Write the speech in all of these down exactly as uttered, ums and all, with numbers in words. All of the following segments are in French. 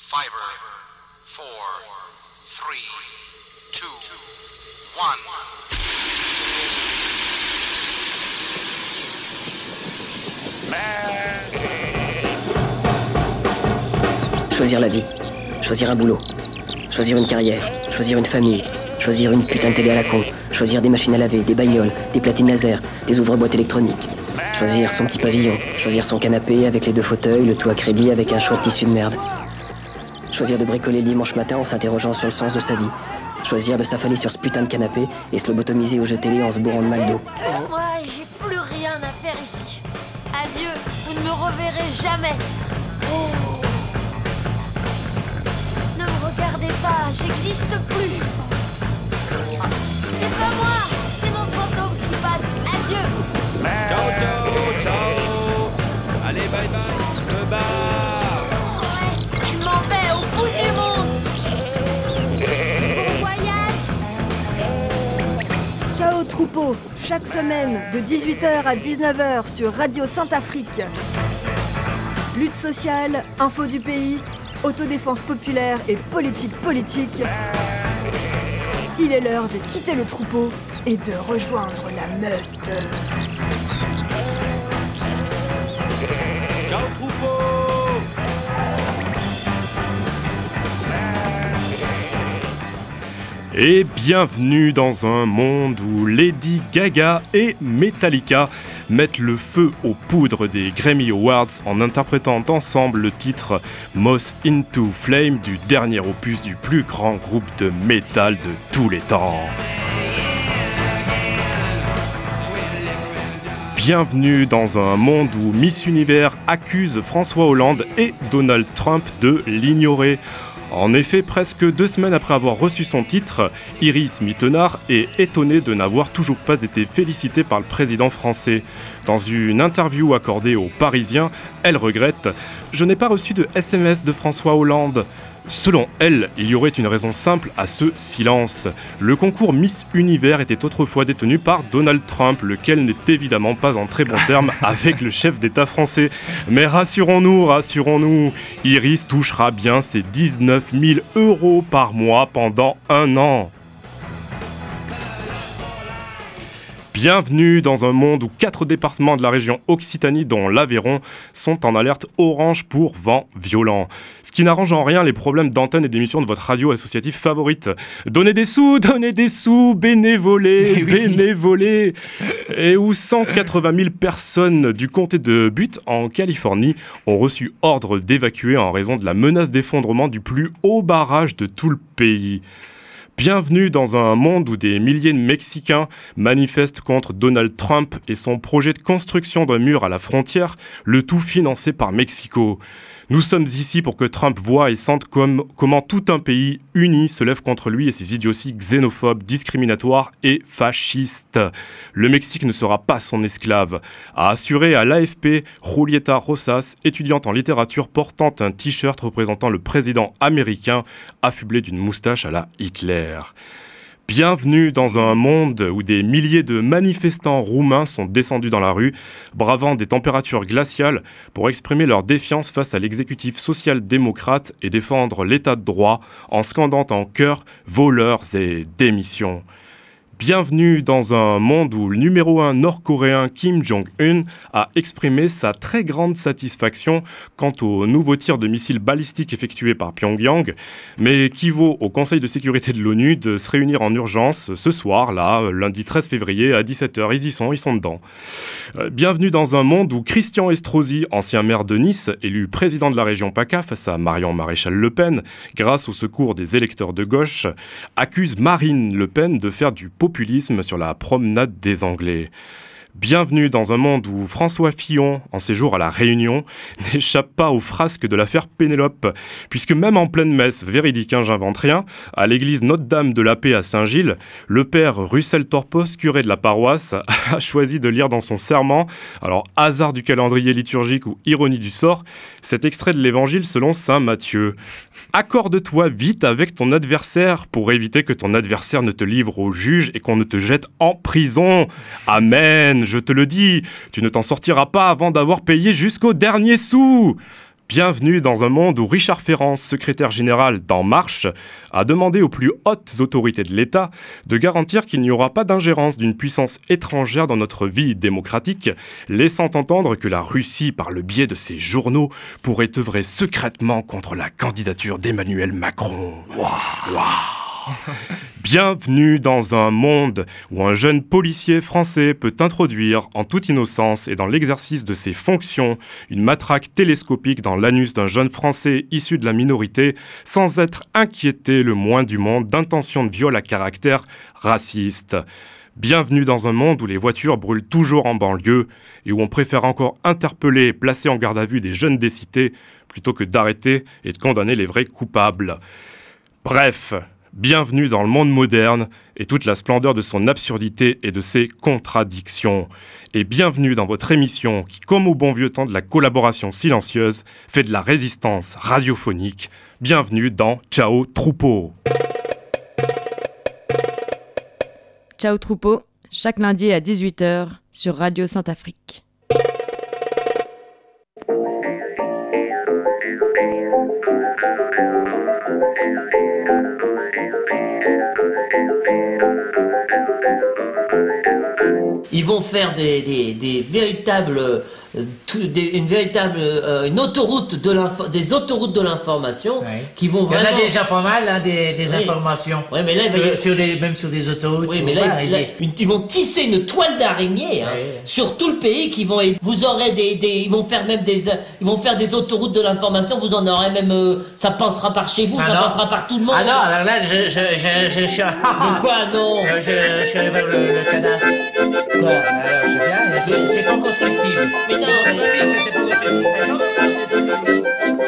Five, four, three, two, one. Choisir la vie, choisir un boulot, choisir une carrière, choisir une famille, choisir une putain de télé à la con, choisir des machines à laver, des bagnoles, des platines laser, des ouvre-boîtes électroniques, choisir son petit pavillon, choisir son canapé avec les deux fauteuils, le tout à crédit avec un choix de tissu de merde. Choisir de bricoler le dimanche matin en s'interrogeant sur le sens de sa vie. Choisir de s'affaler sur ce putain de canapé et se lobotomiser au jeu télé en se bourrant de McDo. Moi, j'ai plus rien à faire ici. Adieu, vous ne me reverrez jamais. Oh. Ne me regardez pas, j'existe plus. C'est pas moi, c'est mon fantôme qui passe. Adieu. Ciao, ciao, ciao. Allez, bye bye, je me barre. Ouais, je m'en vais au bout du monde. Bon voyage. Ciao troupeau, chaque semaine de dix-huit heures à dix-neuf heures sur Radio Sainte-Afrique. Lutte sociale, info du pays, autodéfense populaire et politique politique. Il est l'heure de quitter le troupeau et de rejoindre la meute. Ciao, troupeau. Et bienvenue dans un monde où Lady Gaga et Metallica mettent le feu aux poudres des Grammy Awards en interprétant ensemble le titre Moth Into Flame du dernier opus du plus grand groupe de métal de tous les temps. Bienvenue dans un monde où Miss Univers accuse François Hollande et Donald Trump de l'ignorer. En effet, presque deux semaines après avoir reçu son titre, Iris Mittenard est étonnée de n'avoir toujours pas été félicitée par le président français. Dans une interview accordée aux Parisiens, elle regrette « Je n'ai pas reçu de S M S de François Hollande ». Selon elle, il y aurait une raison simple à ce silence. Le concours Miss Univers était autrefois détenu par Donald Trump, lequel n'est évidemment pas en très bon terme avec le chef d'État français. Mais rassurons-nous, rassurons-nous, Iris touchera bien ses dix-neuf mille euros par mois pendant un an. Bienvenue dans un monde où quatre départements de la région Occitanie, dont l'Aveyron, sont en alerte orange pour vent violent. Ce qui n'arrange en rien les problèmes d'antenne et d'émission de votre radio associative favorite. Donnez des sous, donnez des sous, bénévolez, oui. bénévolez. Et où cent quatre-vingt mille personnes du comté de Butte, en Californie, ont reçu ordre d'évacuer en raison de la menace d'effondrement du plus haut barrage de tout le pays. Bienvenue dans un monde où des milliers de Mexicains manifestent contre Donald Trump et son projet de construction d'un mur à la frontière, le tout financé par Mexico. Nous sommes ici pour que Trump voie et sente comme, comment tout un pays uni se lève contre lui et ses idioties xénophobes, discriminatoires et fascistes. Le Mexique ne sera pas son esclave, a assuré à l'A F P Julieta Rosas, étudiante en littérature portant un t-shirt représentant le président américain affublé d'une moustache à la Hitler. Bienvenue dans un monde où des milliers de manifestants roumains sont descendus dans la rue, bravant des températures glaciales pour exprimer leur défiance face à l'exécutif social-démocrate et défendre l'état de droit en scandant en chœur « voleurs et démissions ». Bienvenue dans un monde où le numéro un nord-coréen Kim Jong-un a exprimé sa très grande satisfaction quant au nouveau tir de missiles balistiques effectué par Pyongyang, mais qui vaut au Conseil de sécurité de l'ONU de se réunir en urgence ce soir, là, lundi treize février à dix-sept heures. Ils y sont, ils sont dedans. Bienvenue dans un monde où Christian Estrosi, ancien maire de Nice, élu président de la région PACA face à Marion Maréchal Le Pen, grâce au secours des électeurs de gauche, accuse Marine Le Pen de faire du populisme sur la promenade des Anglais. Bienvenue dans un monde où François Fillon, en séjour à La Réunion, n'échappe pas aux frasques de l'affaire Pénélope, puisque même en pleine messe, véridique, hein, j'invente rien, à l'église Notre-Dame de la Paix à Saint-Gilles, le père Russell Torpos, curé de la paroisse, a choisi de lire dans son serment, alors hasard du calendrier liturgique ou ironie du sort, cet extrait de l'évangile selon saint Matthieu. Accorde-toi vite avec ton adversaire pour éviter que ton adversaire ne te livre au juge et qu'on ne te jette en prison. Amen. Je te le dis, tu ne t'en sortiras pas avant d'avoir payé jusqu'au dernier sou. Bienvenue dans un monde où Richard Ferrand, secrétaire général d'En Marche, a demandé aux plus hautes autorités de l'État de garantir qu'il n'y aura pas d'ingérence d'une puissance étrangère dans notre vie démocratique, laissant entendre que la Russie, par le biais de ses journaux, pourrait œuvrer secrètement contre la candidature d'Emmanuel Macron. Waouh, waouh. Bienvenue dans un monde où un jeune policier français peut introduire, en toute innocence et dans l'exercice de ses fonctions, une matraque télescopique dans l'anus d'un jeune français issu de la minorité, sans être inquiété le moins du monde d'intentions de viol à caractère raciste. Bienvenue dans un monde où les voitures brûlent toujours en banlieue et où on préfère encore interpeller et placer en garde à vue des jeunes des cités plutôt que d'arrêter et de condamner les vrais coupables. Bref, bienvenue dans le monde moderne et toute la splendeur de son absurdité et de ses contradictions. Et bienvenue dans votre émission qui, comme au bon vieux temps de la collaboration silencieuse, fait de la résistance radiophonique. Bienvenue dans Ciao Troupeau. Ciao Troupeau, chaque lundi à dix-huit heures sur Radio Saint-Afrique. Ils vont faire des, des, des véritables, euh, tout, des, une véritable, euh, une autoroute de l'info, des autoroutes de l'information ouais. qui vont vraiment. Il y en a déjà pas mal, hein, des, des oui. informations. Oui, mais là, sur, mais... sur les, même sur des autoroutes. Oui, mais là, là une, ils vont tisser une toile d'araignée hein, oui. sur tout le pays. Qui vont, vous aurez des, des, ils vont faire même des, ils vont faire des autoroutes de l'information. Vous en aurez même, euh, ça passera par chez vous, ah ça non. passera par tout le monde. Ah non, alors là, je, je, je, je, je suis. De quoi non je, je, je suis allé vers le, le cadastre. Quoi? Alors, je sais bien, c'est, c'est pas constructible. Mais non, mais c'était pas constructible.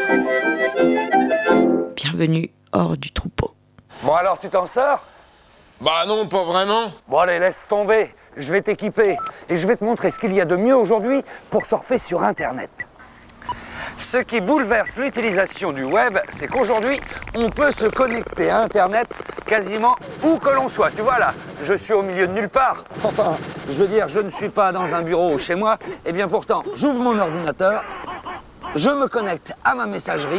Bienvenue hors du troupeau. Bon alors, tu t'en sors? Bah non, pas vraiment. Bon allez, laisse tomber. Je vais t'équiper et je vais te montrer ce qu'il y a de mieux aujourd'hui pour surfer sur Internet. Ce qui bouleverse l'utilisation du web, c'est qu'aujourd'hui, on peut se connecter à Internet quasiment où que l'on soit. Tu vois là, je suis au milieu de nulle part. Enfin, je veux dire, je ne suis pas dans un bureau ou chez moi. Et bien pourtant, j'ouvre mon ordinateur, je me connecte à ma messagerie.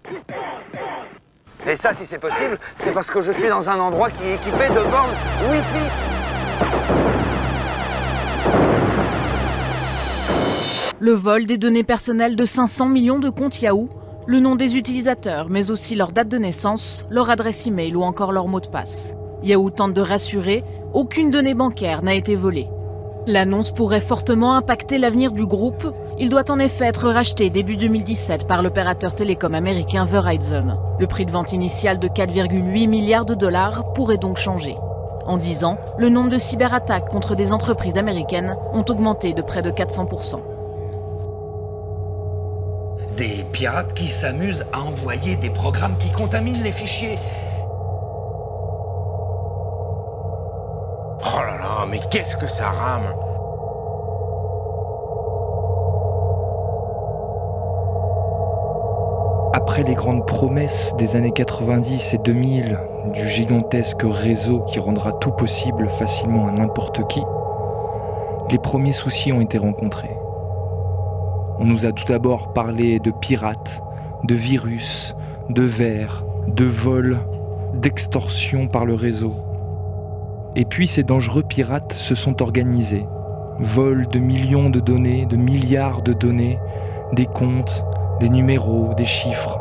Et ça, si c'est possible, c'est parce que je suis dans un endroit qui est équipé de bornes Wi-Fi. Le vol des données personnelles de cinq cents millions de comptes Yahoo, le nom des utilisateurs, mais aussi leur date de naissance, leur adresse e-mail ou encore leur mot de passe. Yahoo tente de rassurer, aucune donnée bancaire n'a été volée. L'annonce pourrait fortement impacter l'avenir du groupe. Il doit en effet être racheté début deux mille dix-sept par l'opérateur télécom américain Verizon. Le prix de vente initial de quatre virgule huit milliards de dollars pourrait donc changer. En dix ans, le nombre de cyberattaques contre des entreprises américaines ont augmenté de près de quatre cents pour cent. Des pirates qui s'amusent à envoyer des programmes qui contaminent les fichiers. Oh là là, mais qu'est-ce que ça rame! Après les grandes promesses des années quatre-vingt-dix et deux mille, du gigantesque réseau qui rendra tout possible facilement à n'importe qui, les premiers soucis ont été rencontrés. On nous a tout d'abord parlé de pirates, de virus, de vers, de vols, d'extorsion par le réseau. Et puis ces dangereux pirates se sont organisés. Vol de millions de données, de milliards de données, des comptes, des numéros, des chiffres.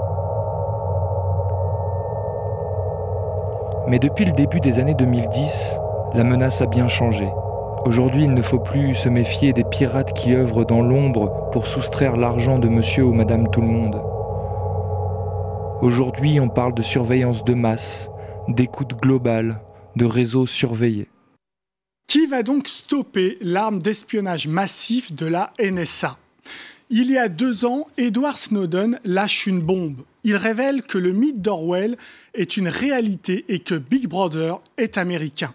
Mais depuis le début des années deux mille dix, la menace a bien changé. Aujourd'hui, il ne faut plus se méfier des pirates qui œuvrent dans l'ombre pour soustraire l'argent de monsieur ou madame tout-le-monde. Aujourd'hui, on parle de surveillance de masse, d'écoute globale, de réseaux surveillés. Qui va donc stopper l'arme d'espionnage massif de la N S A ? Il y a deux ans, Edward Snowden lâche une bombe. Il révèle que le mythe d'Orwell est une réalité et que Big Brother est américain.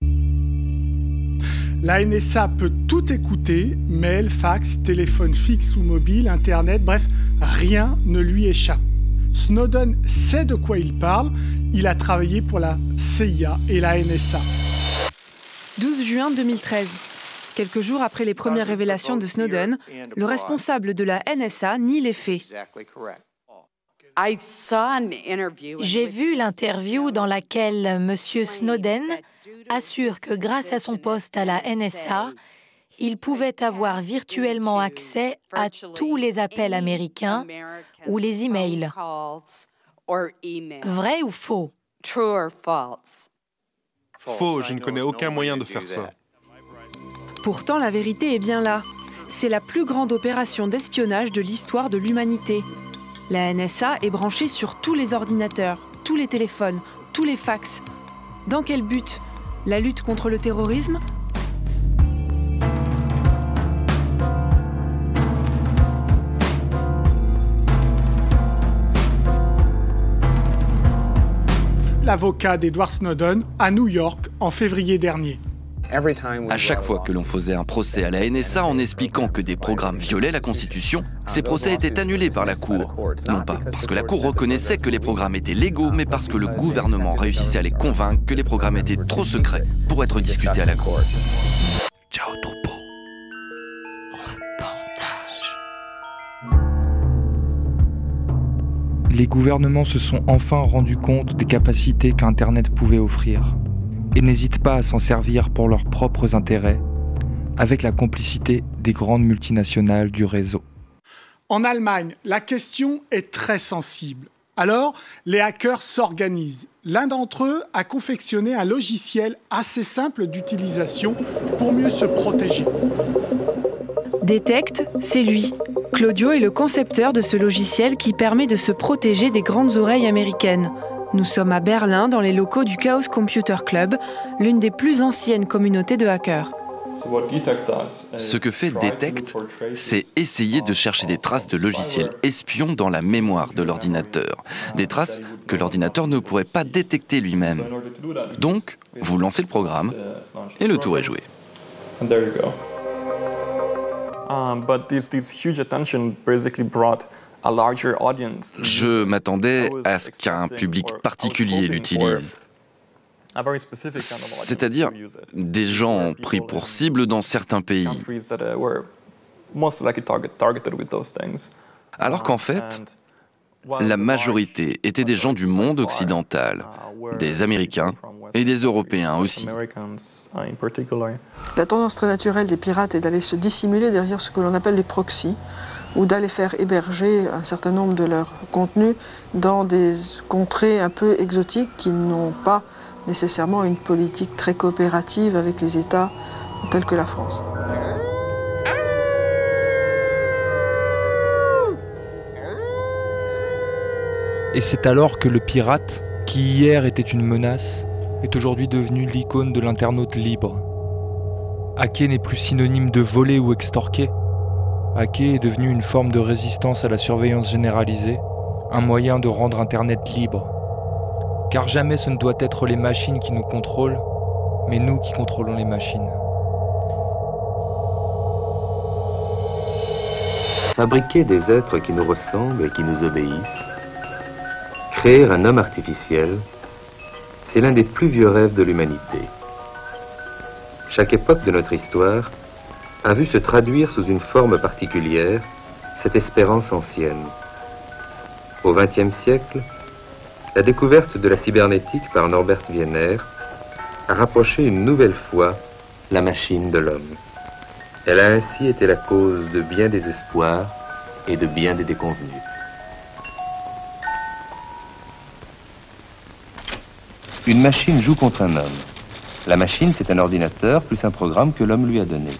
La N S A peut tout écouter, mail, fax, téléphone fixe ou mobile, internet, bref, rien ne lui échappe. Snowden sait de quoi il parle, il a travaillé pour la C I A et la N S A. douze juin deux mille treize. Quelques jours après les premières révélations de Snowden, le responsable de la N S A nie les faits. J'ai vu l'interview dans laquelle M. Snowden assure que grâce à son poste à la N S A, il pouvait avoir virtuellement accès à tous les appels américains ou les emails. Vrai ou faux? Faux, je ne connais aucun moyen de faire ça. Pourtant, la vérité est bien là. C'est la plus grande opération d'espionnage de l'histoire de l'humanité. La N S A est branchée sur tous les ordinateurs, tous les téléphones, tous les fax. Dans quel but? La lutte contre le terrorisme? L'avocat d'Edward Snowden à New York en février dernier. À chaque fois que l'on faisait un procès à la N S A en expliquant que des programmes violaient la Constitution, ces procès étaient annulés par la Cour. Non pas parce que la Cour reconnaissait que les programmes étaient légaux, mais parce que le gouvernement réussissait à les convaincre que les programmes étaient trop secrets pour être discutés à la Cour. Ciao, troupeau. Les gouvernements se sont enfin rendus compte des capacités qu'Internet pouvait offrir et n'hésitent pas à s'en servir pour leurs propres intérêts, avec la complicité des grandes multinationales du réseau. En Allemagne, la question est très sensible. Alors, les hackers s'organisent. L'un d'entre eux a confectionné un logiciel assez simple d'utilisation pour mieux se protéger. Detect, c'est lui. Claudio est le concepteur de ce logiciel qui permet de se protéger des grandes oreilles américaines. Nous sommes à Berlin, dans les locaux du Chaos Computer Club, l'une des plus anciennes communautés de hackers. Ce que fait Detect, c'est essayer de chercher des traces de logiciels espions dans la mémoire de l'ordinateur. Des traces que l'ordinateur ne pourrait pas détecter lui-même. Donc, vous lancez le programme et le tour est joué. Um, but this, this huge attention basically brought a larger audience. Je m'attendais à ce qu'un public particulier l'utilise. C'est-à-dire des gens pris pour cible dans certains pays. Alors qu'en fait, la majorité étaient des gens du monde occidental, des Américains et des Européens aussi. La tendance très naturelle des pirates est d'aller se dissimuler derrière ce que l'on appelle des proxys, ou d'aller faire héberger un certain nombre de leurs contenus dans des contrées un peu exotiques qui n'ont pas nécessairement une politique très coopérative avec les États tels que la France. Et c'est alors que le pirate, qui hier était une menace, est aujourd'hui devenu l'icône de l'internaute libre. Hacker n'est plus synonyme de voler ou extorquer. Hacker est devenu une forme de résistance à la surveillance généralisée, un moyen de rendre Internet libre. Car jamais ce ne doit être les machines qui nous contrôlent, mais nous qui contrôlons les machines. Fabriquer des êtres qui nous ressemblent et qui nous obéissent, créer un homme artificiel, c'est l'un des plus vieux rêves de l'humanité. Chaque époque de notre histoire a vu se traduire sous une forme particulière cette espérance ancienne. Au vingtième siècle, la découverte de la cybernétique par Norbert Wiener a rapproché une nouvelle fois la machine de l'homme. Elle a ainsi été la cause de bien des espoirs et de bien des déconvenues. Une machine joue contre un homme. La machine, c'est un ordinateur plus un programme que l'homme lui a donné.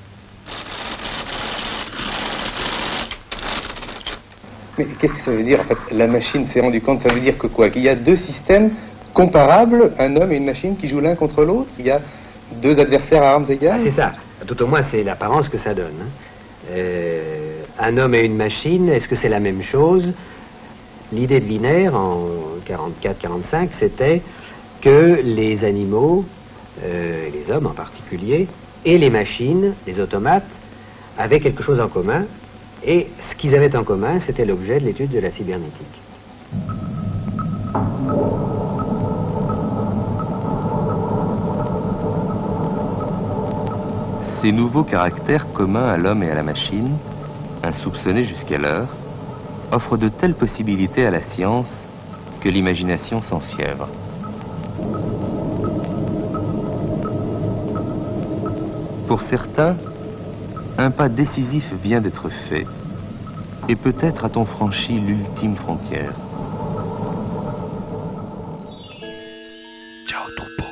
Mais qu'est-ce que ça veut dire, en fait, la machine s'est rendue compte? Ça veut dire que quoi? Qu'il y a deux systèmes comparables, un homme et une machine qui jouent l'un contre l'autre? Il y a deux adversaires à armes égales? Ah, c'est ça. Tout au moins, c'est l'apparence que ça donne. Euh, un homme et une machine, est-ce que c'est la même chose? L'idée de Wiener, en quarante-quatre quarante-cinq, c'était que les animaux, euh, les hommes en particulier, et les machines, les automates, avaient quelque chose en commun, et ce qu'ils avaient en commun, c'était l'objet de l'étude de la cybernétique. Ces nouveaux caractères communs à l'homme et à la machine, insoupçonnés jusqu'alors, offrent de telles possibilités à la science que l'imagination s'enfièvre. Pour certains, un pas décisif vient d'être fait, et peut-être a-t-on franchi l'ultime frontière. Ciao troupeau.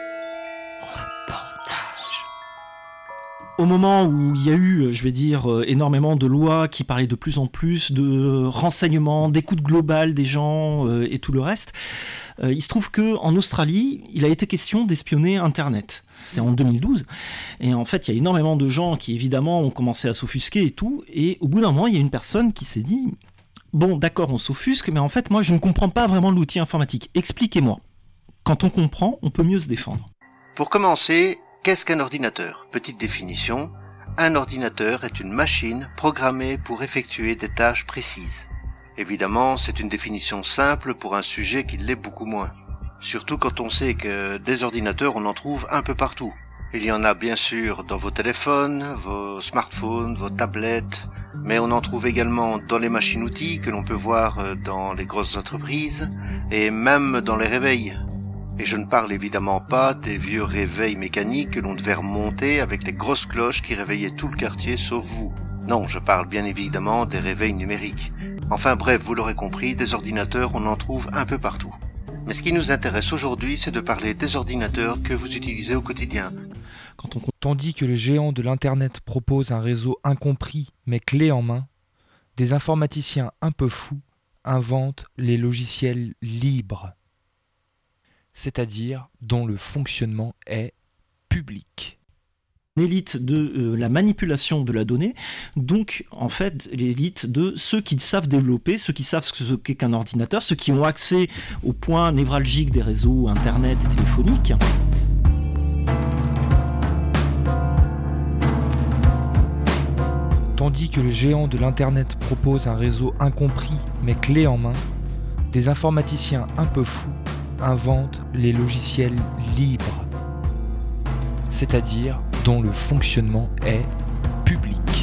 Au moment où il y a eu, je vais dire, énormément de lois qui parlaient de plus en plus de renseignements, d'écoute globale des gens euh, et tout le reste, euh, il se trouve qu'en Australie, il a été question d'espionner Internet. C'était en deux mille douze. Et en fait, il y a énormément de gens qui, évidemment, ont commencé à s'offusquer et tout. Et au bout d'un moment, il y a une personne qui s'est dit « Bon, d'accord, on s'offusque, mais en fait, moi, je ne comprends pas vraiment l'outil informatique. Expliquez-moi. Quand on comprend, on peut mieux se défendre. » Pour commencer, qu'est-ce qu'un ordinateur ? Petite définition, un ordinateur est une machine programmée pour effectuer des tâches précises. Évidemment, c'est une définition simple pour un sujet qui l'est beaucoup moins. Surtout quand on sait que des ordinateurs, on en trouve un peu partout. Il y en a bien sûr dans vos téléphones, vos smartphones, vos tablettes, mais on en trouve également dans les machines-outils que l'on peut voir dans les grosses entreprises et même dans les réveils. Et je ne parle évidemment pas des vieux réveils mécaniques que l'on devait remonter avec les grosses cloches qui réveillaient tout le quartier sauf vous. Non, je parle bien évidemment des réveils numériques. Enfin bref, vous l'aurez compris, des ordinateurs, on en trouve un peu partout. Mais ce qui nous intéresse aujourd'hui, c'est de parler des ordinateurs que vous utilisez au quotidien. Quand on... Tandis que les géants de l'Internet proposent un réseau incompris mais clé en main, des informaticiens un peu fous inventent les logiciels libres, c'est-à-dire dont le fonctionnement est public. L'élite de euh, la manipulation de la donnée, donc en fait l'élite de ceux qui savent développer, ceux qui savent ce qu'est qu'un ordinateur, ceux qui ont accès aux points névralgiques des réseaux internet et téléphoniques. Tandis que les géants de l'Internet proposent un réseau incompris mais clé en main, des informaticiens un peu fous inventent les logiciels libres, c'est-à-dire dont le fonctionnement est public.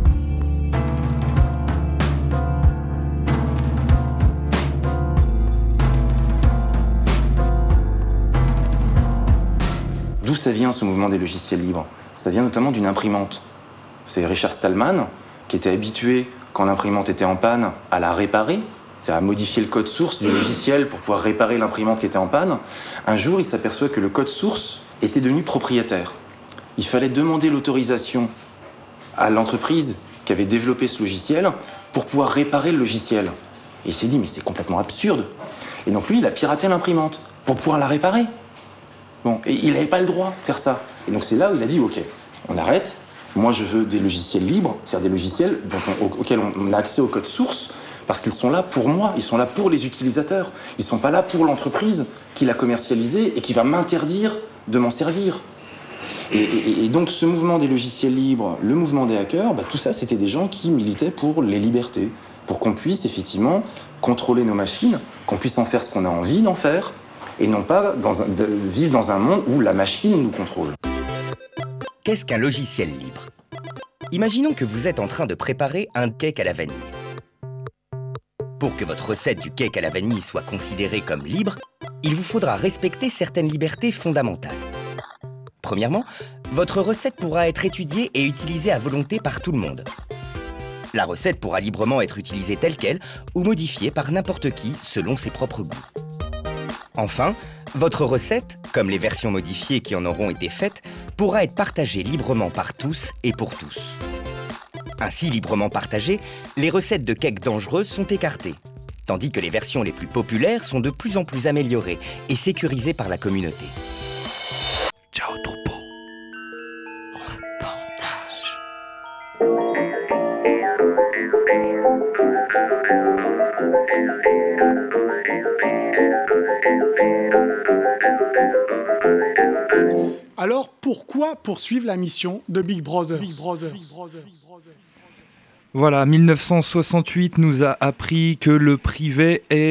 D'où ça vient ce mouvement des logiciels libres ? Ça vient notamment d'une imprimante. C'est Richard Stallman qui était habitué, quand l'imprimante était en panne, à la réparer, c'est-à-dire à modifier le code source du logiciel pour pouvoir réparer l'imprimante qui était en panne. Un jour, il s'aperçoit que le code source était devenu propriétaire. Il fallait demander l'autorisation à l'entreprise qui avait développé ce logiciel pour pouvoir réparer le logiciel. Et il s'est dit, mais c'est complètement absurde. Et donc lui, il a piraté l'imprimante pour pouvoir la réparer. Bon, et il n'avait pas le droit de faire ça. Et donc c'est là où il a dit, ok, on arrête. Moi, je veux des logiciels libres, c'est-à-dire des logiciels dont on, auxquels on a accès au code source, parce qu'ils sont là pour moi, ils sont là pour les utilisateurs. Ils ne sont pas là pour l'entreprise qui l'a commercialisé et qui va m'interdire de m'en servir. Et, et, et donc ce mouvement des logiciels libres, le mouvement des hackers, bah, tout ça, c'était des gens qui militaient pour les libertés, pour qu'on puisse effectivement contrôler nos machines, qu'on puisse en faire ce qu'on a envie d'en faire, et non pas dans un, de, vivre dans un monde où la machine nous contrôle. Qu'est-ce qu'un logiciel libre ? Imaginons que vous êtes en train de préparer un cake à la vanille. Pour que votre recette du cake à la vanille soit considérée comme libre, il vous faudra respecter certaines libertés fondamentales. Premièrement, votre recette pourra être étudiée et utilisée à volonté par tout le monde. La recette pourra librement être utilisée telle qu'elle ou modifiée par n'importe qui selon ses propres goûts. Enfin, votre recette, comme les versions modifiées qui en auront été faites, pourra être partagée librement par tous et pour tous. Ainsi librement partagées, les recettes de cakes dangereuses sont écartées, tandis que les versions les plus populaires sont de plus en plus améliorées et sécurisées par la communauté. Ciao troupeau. Alors, pourquoi poursuivre la mission de Big Brother, Big Brother, Big Brother, Big Brother. Voilà, mille neuf cent soixante-huit nous a appris que le privé est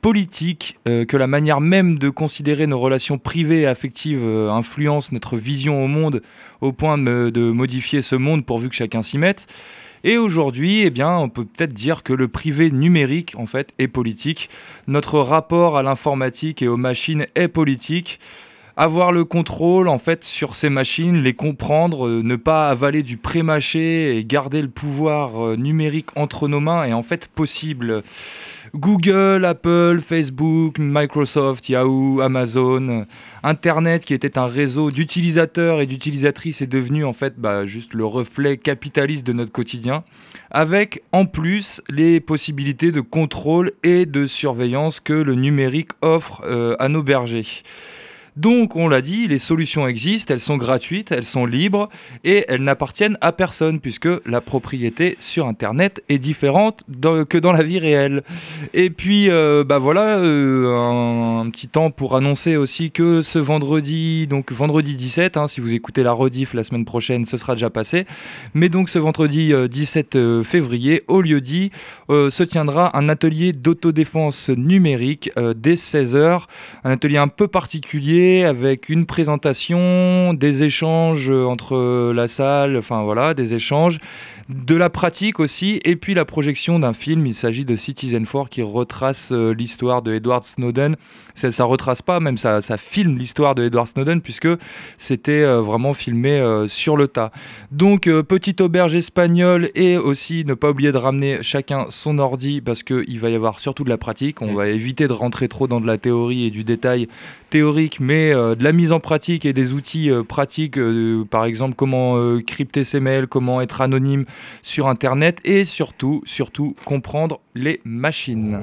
politique, euh, que la manière même de considérer nos relations privées et affectives euh, influence notre vision au monde au point de, de modifier ce monde pourvu que chacun s'y mette. Et aujourd'hui, eh bien, on peut peut-être dire que le privé numérique, en fait, est politique. Notre rapport à l'informatique et aux machines est politique. Avoir le contrôle en fait sur ces machines, les comprendre, euh, ne pas avaler du pré-mâché et garder le pouvoir euh, numérique entre nos mains est en fait possible. Google, Apple, Facebook, Microsoft, Yahoo, Amazon, Internet qui était un réseau d'utilisateurs et d'utilisatrices est devenu en fait bah, juste le reflet capitaliste de notre quotidien, avec en plus les possibilités de contrôle et de surveillance que le numérique offre euh, à nos bergers. Donc, on l'a dit, les solutions existent, elles sont gratuites, elles sont libres et elles n'appartiennent à personne puisque la propriété sur Internet est différente dans, que dans la vie réelle. Et puis, euh, bah voilà, euh, un, un petit temps pour annoncer aussi que ce vendredi, donc vendredi dix-sept, hein, si vous écoutez la rediff la semaine prochaine, ce sera déjà passé. Mais donc, ce vendredi euh, dix-sept février, au lieu-dit, euh, se tiendra un atelier d'autodéfense numérique euh, dès seize heures. Un atelier un peu particulier avec une présentation, des échanges entre la salle, enfin voilà, des échanges, de la pratique aussi, et puis la projection d'un film. Il s'agit de Citizen Four qui retrace euh, l'histoire de Edward Snowden. Ça, ça retrace pas, même ça, ça filme l'histoire de Edward Snowden puisque c'était euh, vraiment filmé euh, sur le tas. Donc euh, petite auberge espagnole et aussi ne pas oublier de ramener chacun son ordi parce qu'il va y avoir surtout de la pratique. On mmh. va éviter de rentrer trop dans de la théorie et du détail théorique, mais euh, de la mise en pratique et des outils euh, pratiques, euh, par exemple comment euh, crypter ses mails, comment être anonyme sur Internet et surtout, surtout comprendre les machines.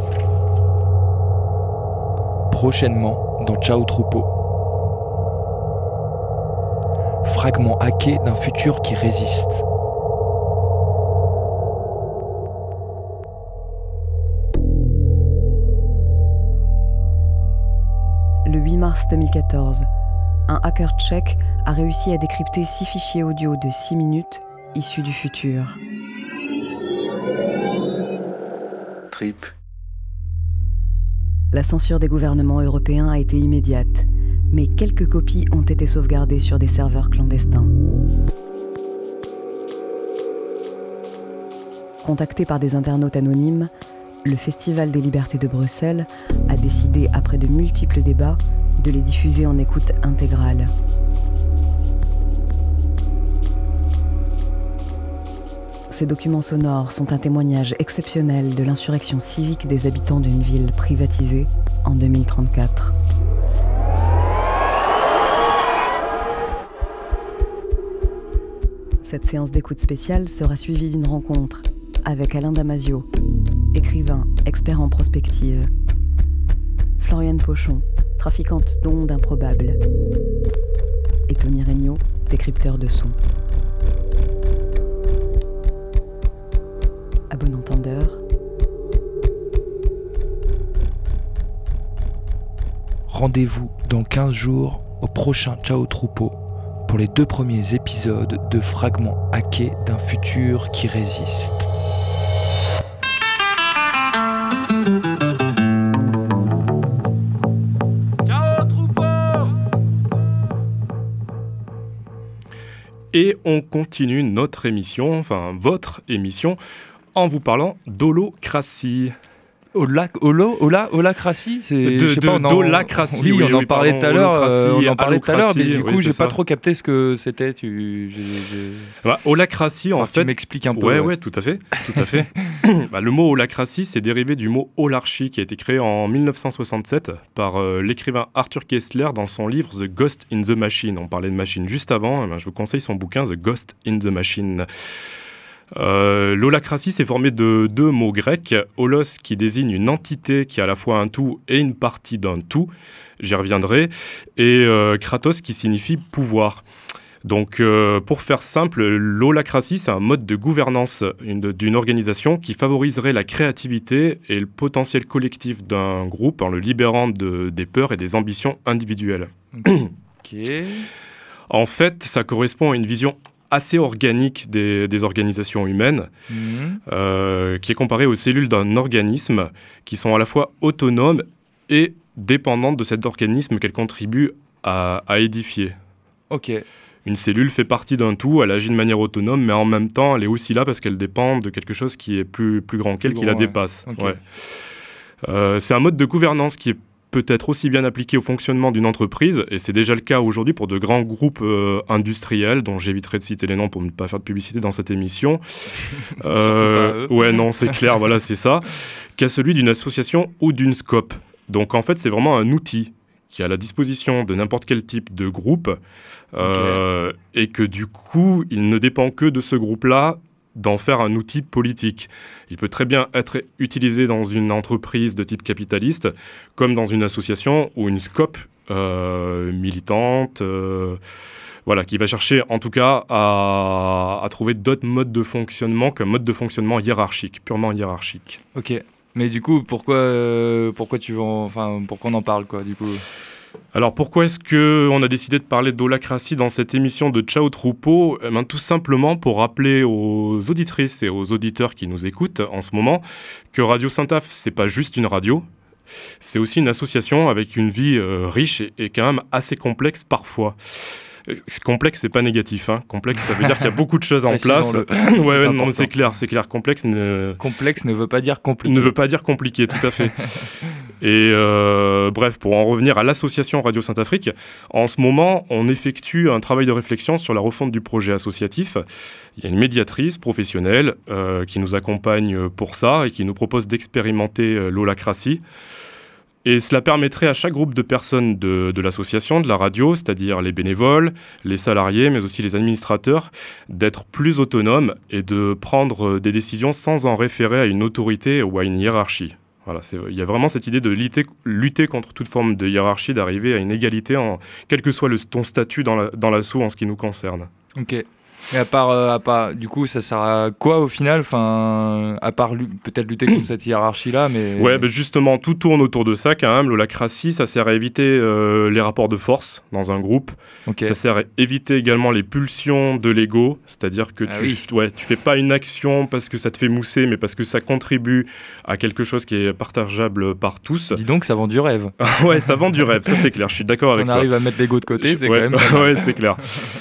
Prochainement dans Ciao Troupeau. Fragment hacké d'un futur qui résiste. Le huit mars deux mille quatorze, un hacker tchèque a réussi à décrypter six fichiers audio de six minutes issus du futur. Trip. La censure des gouvernements européens a été immédiate, mais quelques copies ont été sauvegardées sur des serveurs clandestins. Contacté par des internautes anonymes, le Festival des Libertés de Bruxelles a décidé, après de multiples débats, de les diffuser en écoute intégrale. Ces documents sonores sont un témoignage exceptionnel de l'insurrection civique des habitants d'une ville privatisée en deux mille trente-quatre. Cette séance d'écoute spéciale sera suivie d'une rencontre avec Alain Damasio, écrivain, expert en prospective, Floriane Pochon, trafiquante d'ondes improbables, et Tony Regnault, décrypteur de sons. À bon entendeur. Rendez-vous dans quinze jours au prochain Ciao Troupeau pour les deux premiers épisodes de Fragments hackés d'un futur qui résiste. Et on continue notre émission, enfin votre émission, en vous parlant d'holocratie. Hola, holo, hola, holacratie, c'est de, de, en... d'holacratie. Oui, oui, on en oui, parlait tout à l'heure. Euh, on en parlait tout à l'heure, mais du coup, oui, j'ai ça. pas trop capté ce que c'était. Tu, j'ai, j'ai... Bah, holacratie, en enfin, fait. Tu m'expliques un peu. Ouais, ouais, ouais, tout à fait, tout à fait. Bah, le mot holacratie, c'est dérivé du mot holarchie, qui a été créé en dix-neuf cent soixante-sept par euh, l'écrivain Arthur Koestler dans son livre The Ghost in the Machine. On parlait de machine juste avant. Eh ben, je vous conseille son bouquin The Ghost in the Machine. Euh, l'holacratie s'est formée de deux mots grecs, holos qui désigne une entité qui est à la fois un tout et une partie d'un tout, j'y reviendrai, et euh, kratos qui signifie pouvoir. Donc euh, pour faire simple, l'holacratie c'est un mode de gouvernance une, d'une organisation qui favoriserait la créativité et le potentiel collectif d'un groupe en le libérant de, des peurs et des ambitions individuelles. Ok. En fait, ça correspond à une vision assez organique des, des organisations humaines, mmh. euh, qui est comparée aux cellules d'un organisme qui sont à la fois autonomes et dépendantes de cet organisme qu'elles contribuent à, à édifier. Ok. Une cellule fait partie d'un tout, elle agit de manière autonome, mais en même temps, elle est aussi là parce qu'elle dépend de quelque chose qui est plus, plus grand qu'elle, plus qui grand, la ouais. dépasse. Okay. Ouais. Euh, c'est un mode de gouvernance qui est peut-être aussi bien appliqué au fonctionnement d'une entreprise, et c'est déjà le cas aujourd'hui pour de grands groupes euh, industriels, dont j'éviterai de citer les noms pour ne pas faire de publicité dans cette émission. euh, ouais, non, c'est clair, voilà, c'est ça, qu'à celui d'une association ou d'une scope. Donc en fait, c'est vraiment un outil qui est à la disposition de n'importe quel type de groupe, euh, okay. et que du coup, il ne dépend que de ce groupe-là d'en faire un outil politique. Il peut très bien être utilisé dans une entreprise de type capitaliste, comme dans une association ou une scope euh, militante, euh, voilà, qui va chercher en tout cas à, à trouver d'autres modes de fonctionnement qu'un mode de fonctionnement hiérarchique, purement hiérarchique. Ok, mais du coup, pourquoi, euh, pourquoi tu veux, en, enfin, pourquoi on en parle, quoi, du coup ? Alors pourquoi est-ce qu'on a décidé de parler d'holacratie dans cette émission de Ciao Troupeau ? Eh bien, tout simplement pour rappeler aux auditrices et aux auditeurs qui nous écoutent en ce moment que Radio Saint-Af, c'est pas juste une radio, c'est aussi une association avec une vie euh, riche et, et quand même assez complexe parfois. Complexe, c'est pas négatif. Hein. Complexe, ça veut dire qu'il y a beaucoup de choses en place. ouais, ouais non, mais c'est clair, c'est clair. Complexe ne... Complexe ne veut pas dire compliqué. Ne veut pas dire compliqué, tout à fait. Et euh, bref, pour en revenir à l'association Radio Saint-Afrique, en ce moment, on effectue un travail de réflexion sur la refonte du projet associatif. Il y a une médiatrice professionnelle euh, qui nous accompagne pour ça et qui nous propose d'expérimenter euh, l'holacratie. Et cela permettrait à chaque groupe de personnes de, de l'association, de la radio, c'est-à-dire les bénévoles, les salariés, mais aussi les administrateurs, d'être plus autonomes et de prendre des décisions sans en référer à une autorité ou à une hiérarchie. Voilà, c'est, il y a vraiment cette idée de lutter, lutter contre toute forme de hiérarchie, d'arriver à une égalité, en, quel que soit le, ton statut dans, la, dans l'assaut en ce qui nous concerne. Ok. Et à part, euh, à part, du coup, ça sert à quoi au final, enfin, à part lu- peut-être lutter contre cette hiérarchie-là, mais... Ouais, ben justement, tout tourne autour de ça quand même. L'holacratie, ça sert à éviter euh, les rapports de force dans un groupe. Okay. Ça sert à éviter également les pulsions de l'ego, c'est-à-dire que ah tu, oui. ouais, tu fais pas une action parce que ça te fait mousser, mais parce que ça contribue à quelque chose qui est partageable par tous. Dis donc, ça vend du rêve. Ouais, ça vend du rêve, ça c'est clair, je suis d'accord si avec toi. Si on arrive à mettre l'ego de côté, c'est ouais, quand même... ouais, c'est clair.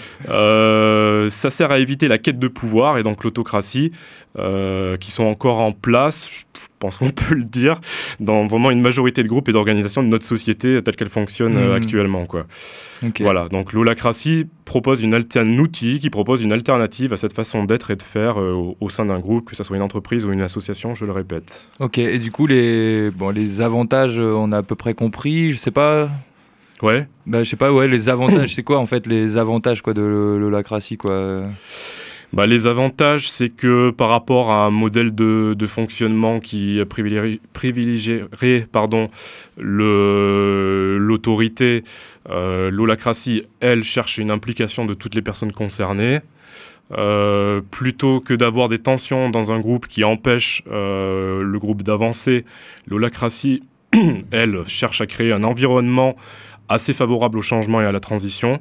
Euh, ça sert à éviter la quête de pouvoir et donc l'autocratie euh, qui sont encore en place, je pense qu'on peut le dire, dans vraiment une majorité de groupes et d'organisations de notre société telle qu'elle fonctionne mmh. euh, actuellement, quoi. Okay. Voilà, donc l'holacratie propose une alter- un outil qui propose une alternative à cette façon d'être et de faire euh, au, au sein d'un groupe, que ce soit une entreprise ou une association, je le répète. Ok, et du coup les, bon, les avantages, on a à peu près compris, je sais pas... Ouais. Bah, je sais pas, ouais, les avantages, c'est quoi en fait les avantages quoi, de l'holacratie quoi bah, les avantages, c'est que par rapport à un modèle de, de fonctionnement qui privilégie, privilégierait pardon, le, l'autorité, euh, l'holacratie, elle, cherche une implication de toutes les personnes concernées. Euh, plutôt que d'avoir des tensions dans un groupe qui empêchent euh, le groupe d'avancer, l'holacratie, elle, cherche à créer un environnement assez favorable au changement et à la transition.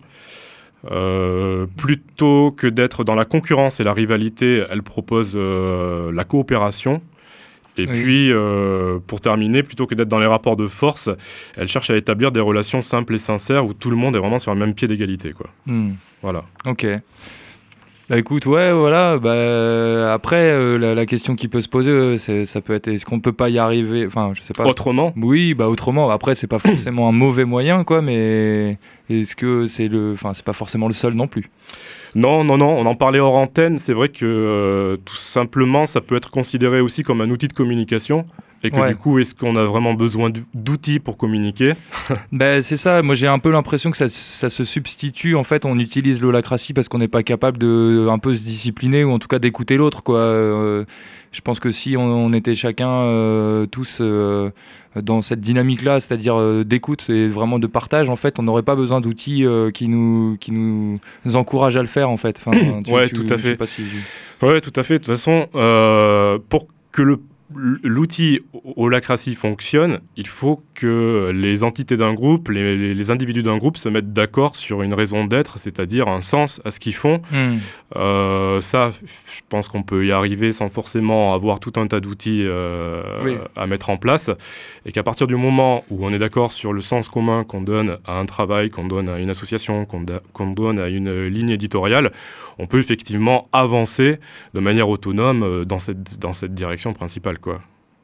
Euh, plutôt que d'être dans la concurrence et la rivalité, elle propose euh, la coopération. Et oui. puis, euh, pour terminer, plutôt que d'être dans les rapports de force, elle cherche à établir des relations simples et sincères où tout le monde est vraiment sur le même pied d'égalité, quoi. Mmh. Voilà. Ok. Bah écoute, ouais, voilà. Bah, après, euh, la, la question qui peut se poser, c'est, ça peut être, est-ce qu'on peut pas y arriver, enfin, je sais pas. Autrement ? Oui, bah autrement. Après, c'est pas forcément un mauvais moyen, quoi, mais est-ce que c'est le, enfin, c'est pas forcément le seul non plus. Non, non, non. On en parlait hors antenne. C'est vrai que euh, tout simplement, ça peut être considéré aussi comme un outil de communication. Et que ouais. du coup, est-ce qu'on a vraiment besoin d'outils pour communiquer ? Ben, c'est ça, moi j'ai un peu l'impression que ça, ça se substitue, en fait on utilise l'holacratie parce qu'on n'est pas capable de un peu se discipliner ou en tout cas d'écouter l'autre, quoi. Euh, je pense que si on, on était chacun euh, tous euh, dans cette dynamique-là, c'est-à-dire euh, d'écoute et vraiment de partage, en fait on n'aurait pas besoin d'outils euh, qui, nous, qui nous, nous encouragent à le faire, en fait. Enfin, tu, ouais, tu, tout à fait. Je sais pas si... Ouais, tout à fait. De toute façon, euh, pour que le l'outil holacratie fonctionne, il faut que les entités d'un groupe, les, les individus d'un groupe se mettent d'accord sur une raison d'être, c'est-à-dire un sens à ce qu'ils font. Mmh. Euh, ça, je pense qu'on peut y arriver sans forcément avoir tout un tas d'outils euh, oui. à mettre en place. Et qu'à partir du moment où on est d'accord sur le sens commun qu'on donne à un travail, qu'on donne à une association, qu'on, da- qu'on donne à une ligne éditoriale, on peut effectivement avancer de manière autonome dans cette, dans cette direction principale, quoi.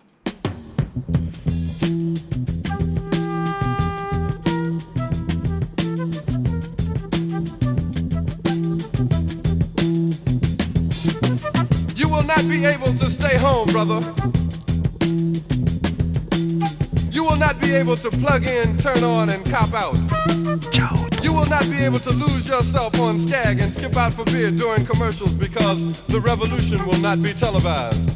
You will not be able to stay home, brother. You will not be able to plug in, turn on, and cop out. You will not be able to lose yourself on Skag and skip out for beer during commercials because the revolution will not be televised.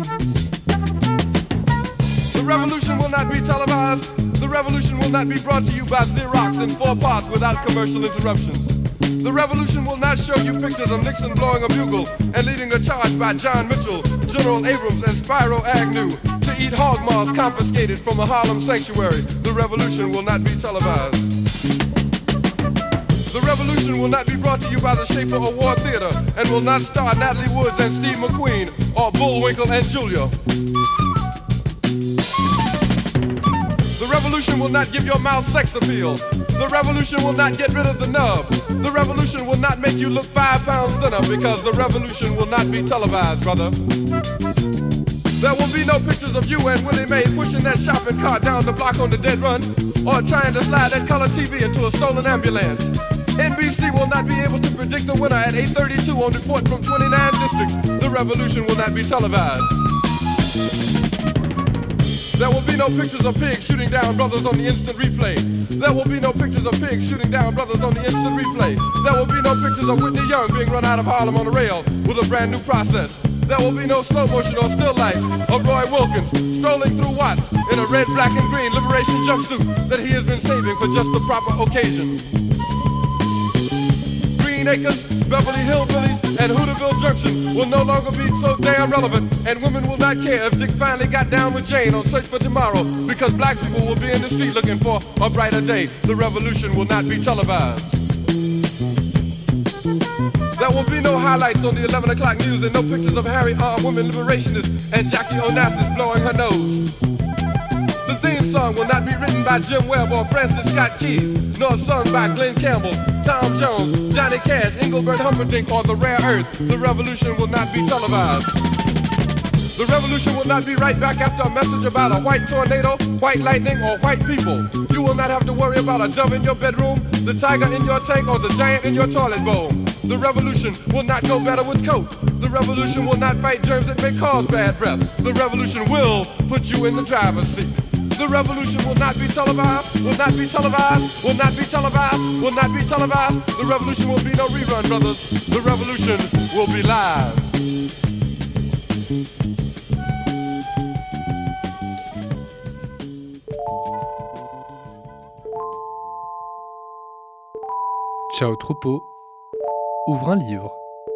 The revolution will not be televised. The revolution will not be brought to you by Xerox in four parts without commercial interruptions. The revolution will not show you pictures of Nixon blowing a bugle and leading a charge by John Mitchell, General Abrams, and Spyro Agnew to eat hog maws confiscated from a Harlem sanctuary. The revolution will not be televised. The revolution will not be brought to you by the Schaefer Award Theater and will not star Natalie Woods and Steve McQueen or Bullwinkle and Julia. The revolution will not give your mouth sex appeal. The revolution will not get rid of the nubs. The revolution will not make you look five pounds thinner because the revolution will not be televised, brother. There will be no pictures of you and Willie Mae pushing that shopping cart down the block on the dead run or trying to slide that color T V into a stolen ambulance. N B C will not be able to predict the winner at eight thirty-two on report from twenty-nine districts. The revolution will not be televised. There will be no pictures of pigs shooting down brothers on the instant replay. There will be no pictures of pigs shooting down brothers on the instant replay. There will be no pictures of Whitney Young being run out of Harlem on a rail with a brand new process. There will be no slow motion or still lights of Roy Wilkins strolling through Watts in a red, black, and green liberation jumpsuit that he has been saving for just the proper occasion. Green Acres, Beverly Hillbillies, and Hooterville Junction will no longer be so damn relevant, and women will not care if Dick finally got down with Jane on Search for Tomorrow, because black people will be in the street looking for a brighter day. The revolution will not be televised. There will be no highlights on the eleven o'clock news and no pictures of Harry armed women liberationists and Jackie Onassis blowing her nose. The theme song will not be written by Jim Webb or Francis Scott Keys, nor sung by Glenn Campbell, Tom Jones, Johnny Cash, Engelbert Humperdinck, or The Rare Earth. The revolution will not be televised. The revolution will not be right back after a message about a white tornado, white lightning, or white people. You will not have to worry about a dove in your bedroom, the tiger in your tank, or the giant in your toilet bowl. The revolution will not go better with coke. The revolution will not fight germs that may cause bad breath. The revolution will put you in the driver's seat. The revolution will not be televised, will not be televised, will not be televised, will not be televised. The revolution will be no rerun, brothers. The revolution will be live. Ciao troupeau, ouvre un livre.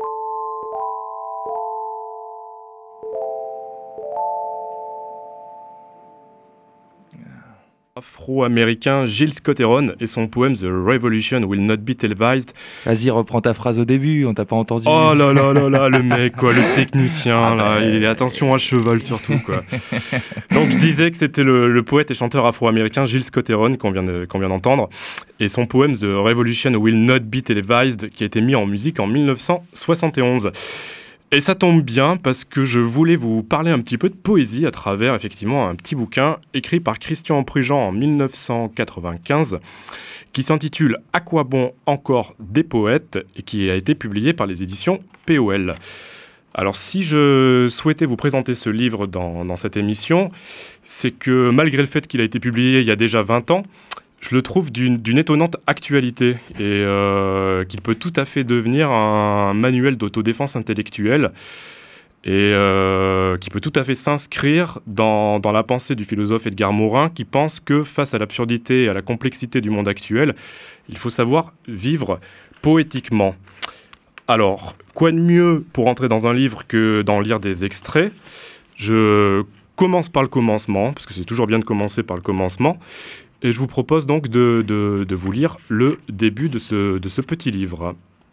Afro-américain Gilles Scott Heron et son poème The Revolution Will Not Be Televised. Vas-y, reprends ta phrase au début, on t'a pas entendu. Oh là là là là, le mec, quoi, le technicien, là, il est attention à cheval surtout, quoi. Donc je disais que c'était le, le poète et chanteur afro-américain Gilles Scott Heron qu'on vient, de, qu'on vient d'entendre, et son poème The Revolution Will Not Be Televised qui a été mis en musique en dix-neuf cent soixante et onze. Et ça tombe bien parce que je voulais vous parler un petit peu de poésie à travers effectivement un petit bouquin écrit par Christian Prigent en dix-neuf cent quatre-vingt-quinze qui s'intitule « À quoi bon encore des poètes ?» et qui a été publié par les éditions P O L. Alors si je souhaitais vous présenter ce livre dans, dans cette émission, c'est que malgré le fait qu'il a été publié il y a déjà vingt ans, je le trouve d'une, d'une étonnante actualité et euh, qu'il peut tout à fait devenir un manuel d'autodéfense intellectuelle et euh, qui peut tout à fait s'inscrire dans, dans la pensée du philosophe Edgar Morin qui pense que face à l'absurdité et à la complexité du monde actuel, il faut savoir vivre poétiquement. Alors, quoi de mieux pour entrer dans un livre que d'en lire des extraits ? Je commence par le commencement, parce que c'est toujours bien de commencer par le commencement, et je vous propose donc de, de, de vous lire le début de ce, de ce petit livre.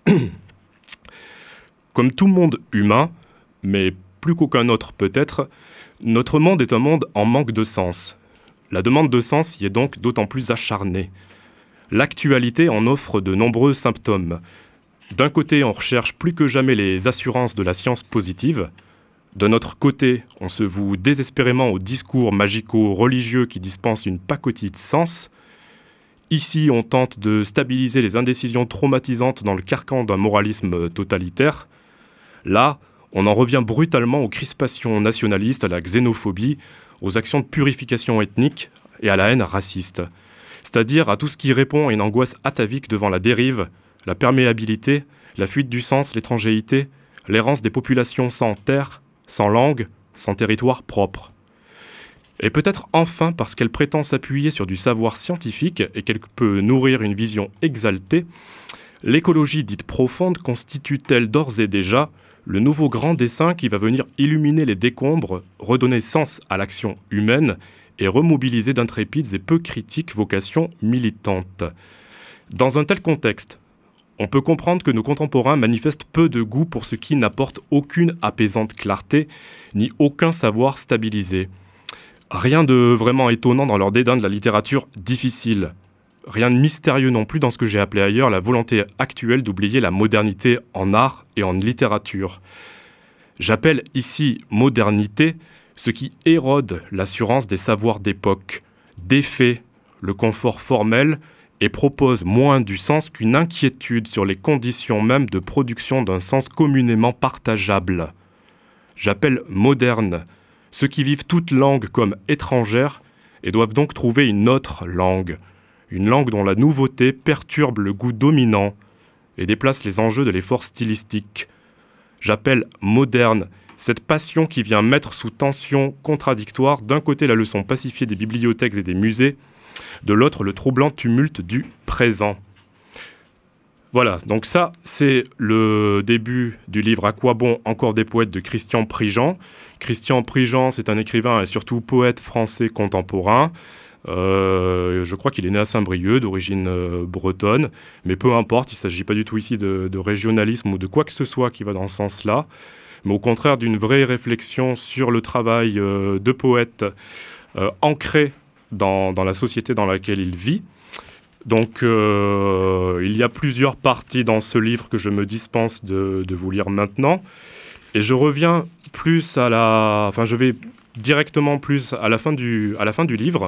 Comme tout monde humain, mais plus qu'aucun autre peut-être, notre monde est un monde en manque de sens. La demande de sens y est donc d'autant plus acharnée. L'actualité en offre de nombreux symptômes. D'un côté, on recherche plus que jamais les assurances de la science positive. D'un autre côté, on se voue désespérément aux discours magico-religieux qui dispensent une pacotille de sens. Ici, on tente de stabiliser les indécisions traumatisantes dans le carcan d'un moralisme totalitaire. Là, on en revient brutalement aux crispations nationalistes, à la xénophobie, aux actions de purification ethnique et à la haine raciste. C'est-à-dire à tout ce qui répond à une angoisse atavique devant la dérive, la perméabilité, la fuite du sens, l'étrangéité, l'errance des populations sans terre, sans langue, sans territoire propre. Et peut-être enfin parce qu'elle prétend s'appuyer sur du savoir scientifique et qu'elle peut nourrir une vision exaltée, l'écologie dite profonde constitue-t-elle d'ores et déjà le nouveau grand dessein qui va venir illuminer les décombres, redonner sens à l'action humaine et remobiliser d'intrépides et peu critiques vocations militantes. Dans un tel contexte, on peut comprendre que nos contemporains manifestent peu de goût pour ce qui n'apporte aucune apaisante clarté, ni aucun savoir stabilisé. Rien de vraiment étonnant dans leur dédain de la littérature difficile. Rien de mystérieux non plus dans ce que j'ai appelé ailleurs la volonté actuelle d'oublier la modernité en art et en littérature. J'appelle ici modernité ce qui érode l'assurance des savoirs d'époque, défait le confort formel et propose moins du sens qu'une inquiétude sur les conditions mêmes de production d'un sens communément partageable. J'appelle moderne ceux qui vivent toute langue comme étrangère et doivent donc trouver une autre langue, une langue dont la nouveauté perturbe le goût dominant et déplace les enjeux de l'effort stylistique. J'appelle moderne cette passion qui vient mettre sous tension contradictoire d'un côté la leçon pacifiée des bibliothèques et des musées, de l'autre le troublant tumulte du présent. Voilà, donc ça c'est le début du livre « À quoi bon encore des poètes » de Christian Prigent. Christian Prigent, c'est un écrivain et surtout poète français contemporain. Euh, je crois qu'il est né à Saint-Brieuc, d'origine euh, bretonne, mais peu importe, il ne s'agit pas du tout ici de, de régionalisme ou de quoi que ce soit qui va dans ce sens-là, mais au contraire d'une vraie réflexion sur le travail euh, de poète euh, ancré dans, dans la société dans laquelle il vit. Donc euh, il y a plusieurs parties dans ce livre que je me dispense de, de vous lire maintenant, et je reviens plus à la... Enfin, je vais directement plus à la fin du, à la fin du livre,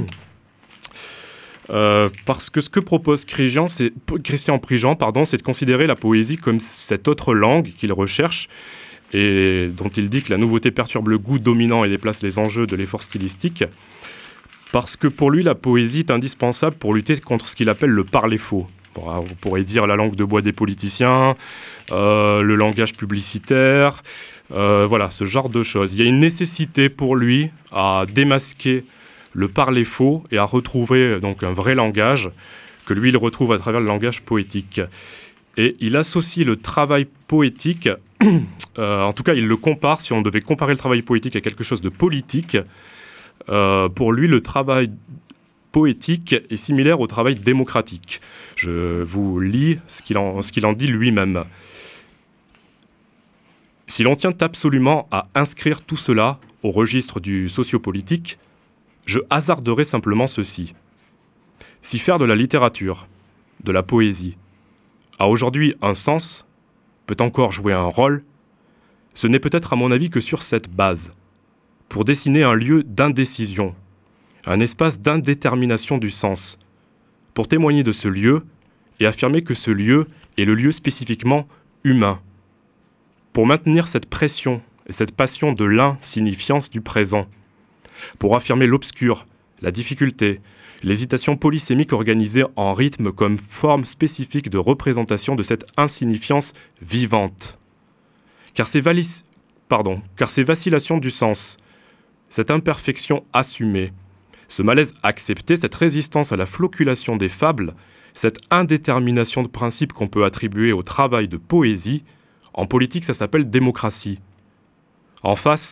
euh, parce que ce que propose Christian, c'est, Christian Prigent, pardon, c'est de considérer la poésie comme cette autre langue qu'il recherche, et dont il dit que la nouveauté perturbe le goût dominant et déplace les enjeux de l'effort stylistique, parce que pour lui, la poésie est indispensable pour lutter contre ce qu'il appelle le parler faux. Bon, on pourrait dire la langue de bois des politiciens, euh, le langage publicitaire, euh, voilà, ce genre de choses. Il y a une nécessité pour lui à démasquer le parler faux et à retrouver donc un vrai langage que lui, il retrouve à travers le langage poétique. Et il associe le travail poétique, euh, en tout cas il le compare, si on devait comparer le travail poétique à quelque chose de politique, euh, pour lui le travail poétique est similaire au travail démocratique. Je vous lis ce qu'il en, ce qu'il en dit lui-même. Si l'on tient absolument à inscrire tout cela au registre du sociopolitique, je hasarderai simplement ceci. Si faire de la littérature, de la poésie, a aujourd'hui un sens, peut encore jouer un rôle, ce n'est peut-être à mon avis que sur cette base, pour dessiner un lieu d'indécision, un espace d'indétermination du sens, pour témoigner de ce lieu et affirmer que ce lieu est le lieu spécifiquement humain, pour maintenir cette pression et cette passion de l'insignifiance du présent, pour affirmer l'obscur, la difficulté, l'hésitation polysémique organisée en rythme comme forme spécifique de représentation de cette insignifiance vivante. Car ces, valis... Pardon, car ces vacillations du sens, cette imperfection assumée, ce malaise accepté, cette résistance à la floculation des fables, cette indétermination de principe qu'on peut attribuer au travail de poésie, en politique ça s'appelle démocratie. En face,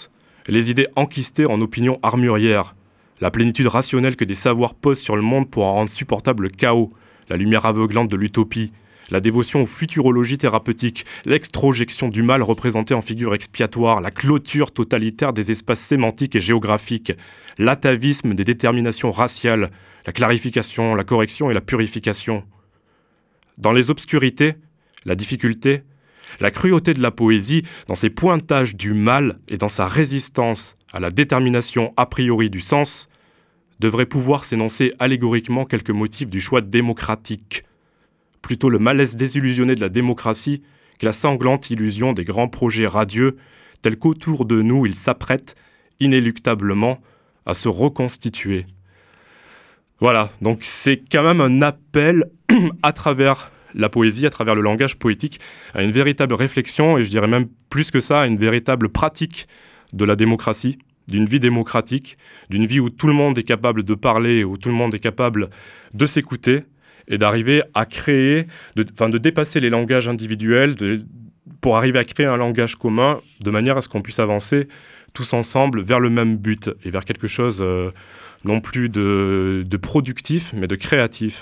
les idées enquistées en opinions armurières, la plénitude rationnelle que des savoirs posent sur le monde pour en rendre supportable le chaos, la lumière aveuglante de l'utopie, la dévotion aux futurologies thérapeutiques, l'extrojection du mal représenté en figure expiatoire, la clôture totalitaire des espaces sémantiques et géographiques, l'atavisme des déterminations raciales, la clarification, la correction et la purification. Dans les obscurités, la difficulté, la cruauté de la poésie, dans ses pointages du mal et dans sa résistance à la détermination a priori du sens, devrait pouvoir s'énoncer allégoriquement quelques motifs du choix démocratique. Plutôt le malaise désillusionné de la démocratie que la sanglante illusion des grands projets radieux, tels qu'autour de nous ils s'apprêtent, inéluctablement, à se reconstituer. Voilà, donc c'est quand même un appel à travers la poésie, à travers le langage poétique, à une véritable réflexion, et je dirais même plus que ça, à une véritable pratique de la démocratie, d'une vie démocratique, d'une vie où tout le monde est capable de parler, où tout le monde est capable de s'écouter, et d'arriver à créer, de, enfin de dépasser les langages individuels, de, pour arriver à créer un langage commun, de manière à ce qu'on puisse avancer tous ensemble vers le même but, et vers quelque chose euh, non plus de, de productif, mais de créatif.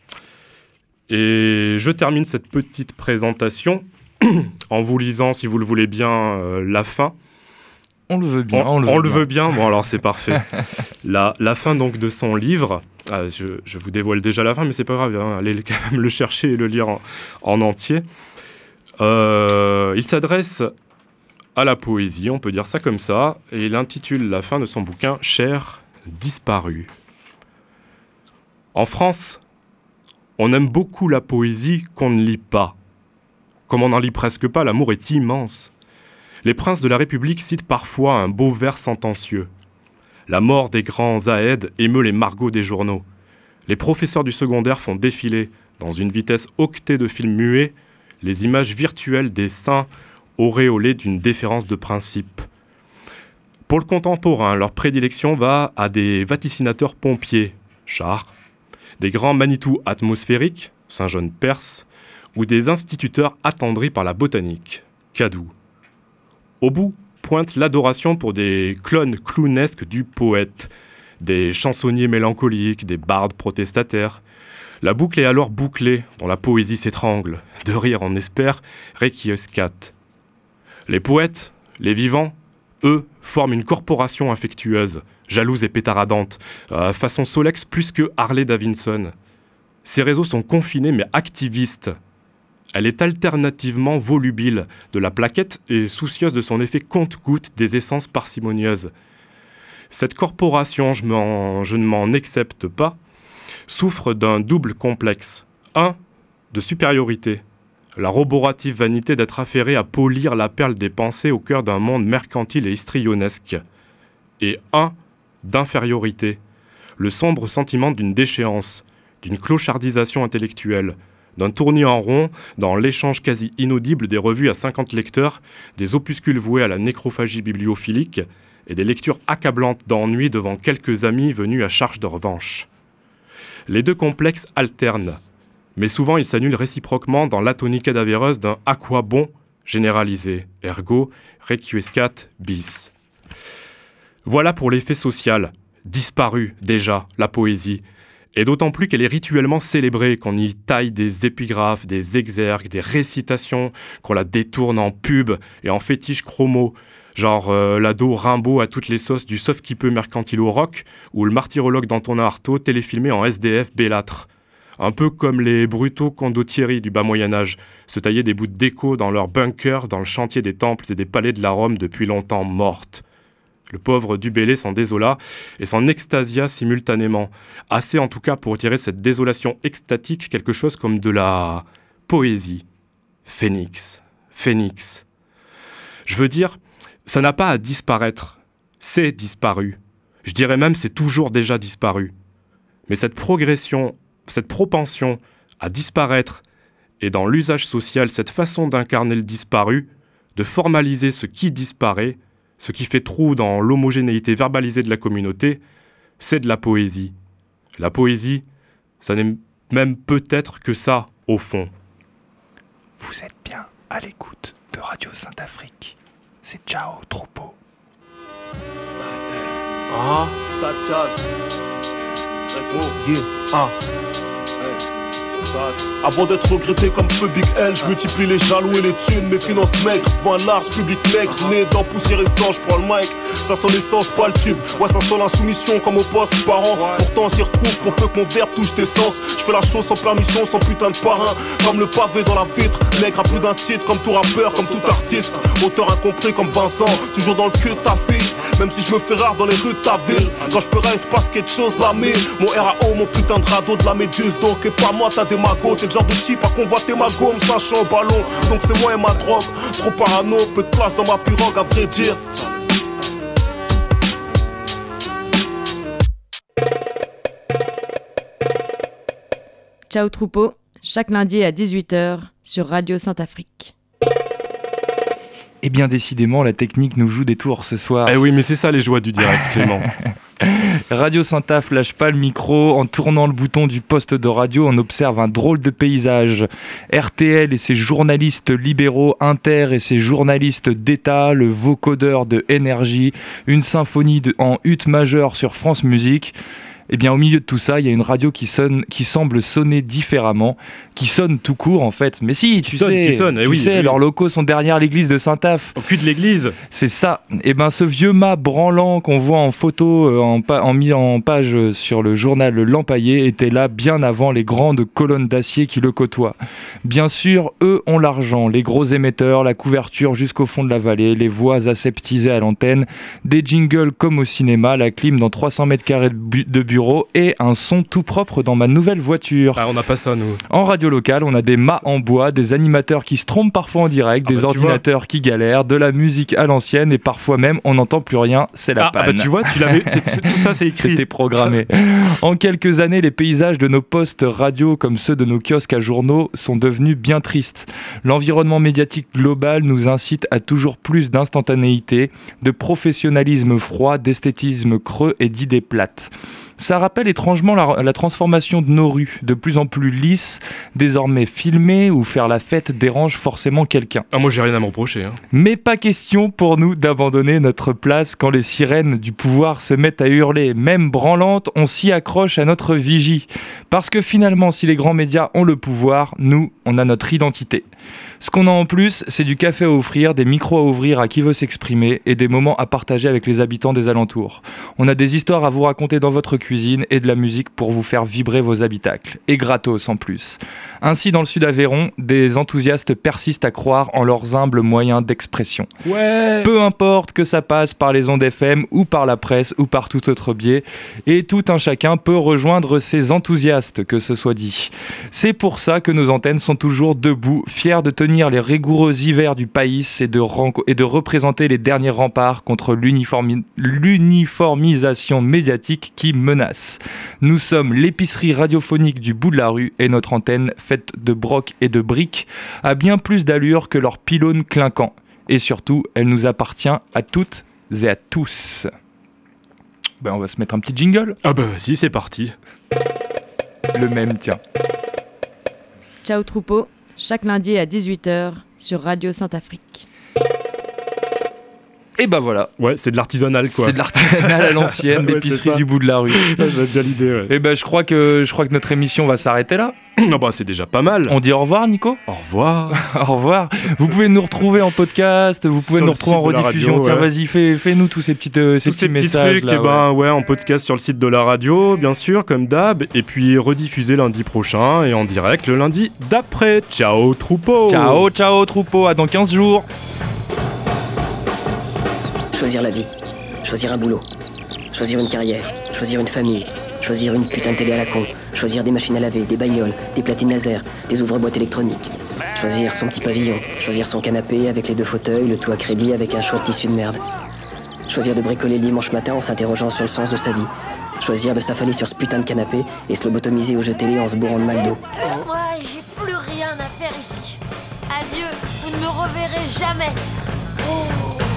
Et je termine cette petite présentation en vous lisant, si vous le voulez bien, euh, la fin. On le veut bien. On, on le, on veut, le bien. veut bien. Bon, alors c'est parfait. la, la fin donc de son livre. Ah, je, je vous dévoile déjà la fin, mais c'est pas grave. Hein, allez quand même le chercher et le lire en, en entier. Euh, il s'adresse à la poésie, on peut dire ça comme ça, et il intitule la fin de son bouquin « Cher disparu ». En France, on aime beaucoup la poésie qu'on ne lit pas. Comme on n'en lit presque pas, l'amour est immense. Les princes de la République citent parfois un beau vers sentencieux. La mort des grands Aèdes émeut les margots des journaux. Les professeurs du secondaire font défiler, dans une vitesse octée de films muets, les images virtuelles des saints auréolés d'une déférence de principe. Pour le contemporain, leur prédilection va à des vaticinateurs pompiers, Char, des grands Manitou atmosphériques, Saint-Jean Perse, ou des instituteurs attendris par la botanique, Cadou. Au bout pointe l'adoration pour des clones clownesques du poète, des chansonniers mélancoliques, des bardes protestataires. La boucle est alors bouclée, dont la poésie s'étrangle. De rire on espère, requiescat. Les poètes, les vivants, eux, forment une corporation affectueuse, jalouse et pétaradante, euh, façon Solex plus que Harley Davidson. Ces réseaux sont confinés mais activistes. Elle est alternativement volubile de la plaquette et soucieuse de son effet compte-goutte des essences parcimonieuses. Cette corporation, je, je ne m'en accepte pas, souffre d'un double complexe. Un, de supériorité, la roborative vanité d'être affairée à polir la perle des pensées au cœur d'un monde mercantile et histrionesque. Et un, d'infériorité, le sombre sentiment d'une déchéance, d'une clochardisation intellectuelle, d'un tournis en rond dans l'échange quasi inaudible des revues à cinquante lecteurs, des opuscules voués à la nécrophagie bibliophilique et des lectures accablantes d'ennui devant quelques amis venus à charge de revanche. Les deux complexes alternent, mais souvent ils s'annulent réciproquement dans l'atonie cadavéreuse d'un « à quoi bon » généralisé, ergo requiescat bis. Voilà pour l'effet social, disparu déjà, la poésie, et d'autant plus qu'elle est rituellement célébrée, qu'on y taille des épigraphes, des exergues, des récitations, qu'on la détourne en pub et en fétiche chromo, genre euh, l'ado Rimbaud à toutes les sauces du sauf qui peut mercantilo rock, ou le martyrologue d'Antonin Artaud téléfilmé en S D F bellâtre. Un peu comme les brutaux condottieri du bas Moyen-Âge, se taillaient des bouts de déco dans leurs bunkers dans le chantier des temples et des palais de la Rome depuis longtemps mortes. Le pauvre Dubélé s'en désola et s'en extasia simultanément, assez en tout cas pour tirer cette désolation extatique quelque chose comme de la poésie. Phénix, phénix. Je veux dire, ça n'a pas à disparaître, c'est disparu. Je dirais même c'est toujours déjà disparu. Mais cette progression, cette propension à disparaître et dans l'usage social, cette façon d'incarner le disparu, de formaliser ce qui disparaît, ce qui fait trou dans l'homogénéité verbalisée de la communauté, c'est de la poésie. La poésie, ça n'est même peut-être que ça, au fond. Vous êtes bien à l'écoute de Radio Sainte-Afrique. C'est ciao, troupeau. Ah, Stade Jazz. Yeah, ah. Avant d'être regretté comme feu Big L, je multiplie les jaloux et les thunes, mes finances maigres, devant un large public nègre, né dans poussière et sang, je prends le mic, ça sent l'essence, pas le tube, ouais ça sent l'insoumission comme au poste parent, pourtant on s'y retrouve pour peu que mon verbe touche tes sens, je fais la chose sans permission, sans putain de parrain, comme le pavé dans la vitre, nègre à plus d'un titre, comme tout rappeur, comme tout artiste, auteur incompris comme Vincent, toujours dans le cul de ta fille, même si je me fais rare dans les rues de ta ville, quand je peux il se passe quelque chose la mille, mon R A O, mon putain de radeau de la méduse, donc et pas moi t'as des magots, t'es le genre de type à convoiter ma gomme, sachant au ballon, donc c'est moi et ma drogue, trop parano, peu de place dans ma pirogue à vrai dire. Ciao Troupeau, chaque lundi à dix-huit heures sur Radio Sainte-Afrique. Et bien décidément, la technique nous joue des tours ce soir. Eh oui, mais c'est ça les joies du direct, Clément. Radio Sainte-Af lâche pas le micro. En tournant le bouton du poste de radio, on observe un drôle de paysage. R T L et ses journalistes libéraux, Inter et ses journalistes d'État, le vocodeur de Énergie, une symphonie de, en ut majeure sur France Musique. Et bien au milieu de tout ça, il y a une radio qui sonne, qui semble sonner différemment, qui sonne tout court en fait. Mais si, tu qui sonne, sais, qui sonne. Eh tu oui, sais, oui. leurs locaux sont derrière l'église de Saint-Af. Au cul de l'église. C'est ça. Et ben ce vieux mât branlant qu'on voit en photo, en, pa- en mis en page sur le journal L'Empaillé, était là bien avant les grandes colonnes d'acier qui le côtoient. Bien sûr, eux ont l'argent, les gros émetteurs, la couverture jusqu'au fond de la vallée, les voix aseptisées à l'antenne, des jingles comme au cinéma, la clim dans trois cents mètres carrés de, bu- de bureau et un son tout propre dans ma nouvelle voiture. Ah, on n'a pas ça, nous. En radio locale, on a des mâts en bois, des animateurs qui se trompent parfois en direct, ah des bah, ordinateurs qui galèrent, de la musique à l'ancienne et parfois même on n'entend plus rien, c'est la ah, panne. Ah bah tu vois, tu l'avais, c'est, c'est, tout ça c'est écrit. C'était programmé. En quelques années, les paysages de nos postes radio comme ceux de nos kiosques à journaux sont devenus bien tristes. L'environnement médiatique global nous incite à toujours plus d'instantanéité, de professionnalisme froid, d'esthétisme creux et d'idées plates. Ça rappelle étrangement la, la transformation de nos rues, de plus en plus lisses, désormais filmer ou faire la fête dérange forcément quelqu'un. Ah, moi j'ai rien à me reprocher. Hein. Mais pas question pour nous d'abandonner notre place quand les sirènes du pouvoir se mettent à hurler. Même branlante, on s'y accroche à notre vigie. Parce que finalement, si les grands médias ont le pouvoir, nous, on a notre identité. Ce qu'on a en plus, c'est du café à offrir, des micros à ouvrir à qui veut s'exprimer et des moments à partager avec les habitants des alentours. On a des histoires à vous raconter dans votre cuisine et de la musique pour vous faire vibrer vos habitacles. Et gratos en plus. Ainsi, dans le Sud-Aveyron, des enthousiastes persistent à croire en leurs humbles moyens d'expression. Ouais. Peu importe que ça passe par les ondes F M ou par la presse ou par tout autre biais, et tout un chacun peut rejoindre ces enthousiastes, que ce soit dit. C'est pour ça que nos antennes sont toujours debout, fiers de tenir les rigoureux hivers du pays et de, renco- et de représenter les derniers remparts contre l'uniformi- l'uniformisation médiatique qui menace. Nous sommes l'épicerie radiophonique du bout de la rue et notre antenne, faite de broc et de briques, a bien plus d'allure que leur pylône clinquant. Et surtout, elle nous appartient à toutes et à tous. Ben, on va se mettre un petit jingle. Ah bah vas-y, c'est parti. Le même, tiens. Ciao Troupeau, chaque lundi à dix-huit heures sur Radio Sainte-Afrique. Et bah voilà. Ouais, c'est de l'artisanal quoi. C'est de l'artisanal à l'ancienne, l'épicerie ouais, du bout de la rue. J'aime bien l'idée, ouais. Et bah je crois que je crois que notre émission va s'arrêter là. Non bah c'est déjà pas mal. On dit au revoir Nico. Au revoir. Au revoir. Vous pouvez nous retrouver en podcast, vous pouvez sur nous retrouver en rediffusion. Radio, Tiens, ouais. vas-y, fais, fais-nous tous ces petites euh, ces tous petits ces petits messages trucs, là, et ouais. ben ouais, en podcast sur le site de la radio, bien sûr, comme d'hab, et puis rediffusé lundi prochain et en direct le lundi d'après. Ciao troupeau. Ciao, ciao troupeau, à dans quinze jours. Choisir la vie, choisir un boulot, choisir une carrière, choisir une famille, choisir une putain de télé à la con, choisir des machines à laver, des bagnoles, des platines laser, des ouvre-boîtes électroniques, choisir son petit pavillon, choisir son canapé avec les deux fauteuils, le tout à crédit avec un choix de tissu de merde, choisir de bricoler le dimanche matin en s'interrogeant sur le sens de sa vie, choisir de s'affaler sur ce putain de canapé et se lobotomiser au jeu télé en se bourrant de McDo. Moi, j'ai plus rien à faire ici. Adieu, vous ne me reverrez jamais. Oh.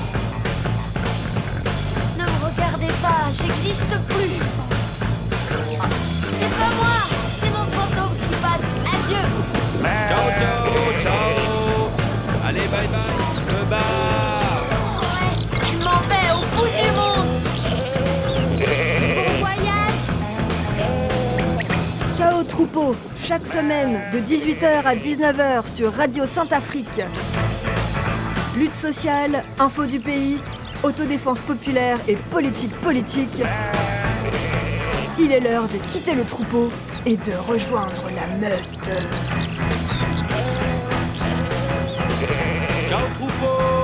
Ne me regardez pas, j'existe plus. C'est pas moi, c'est mon fantôme qui passe. Adieu. Ciao, ciao, ciao. Allez, bye bye, je me barre. Ouais, je m'en vais au bout du monde. Ciao troupeau, chaque semaine de dix-huit heures à dix-neuf heures sur Radio Sainte-Afrique. Lutte sociale, info du pays, autodéfense populaire et politique politique. Il est l'heure de quitter le troupeau et de rejoindre la meute. Ciao troupeau.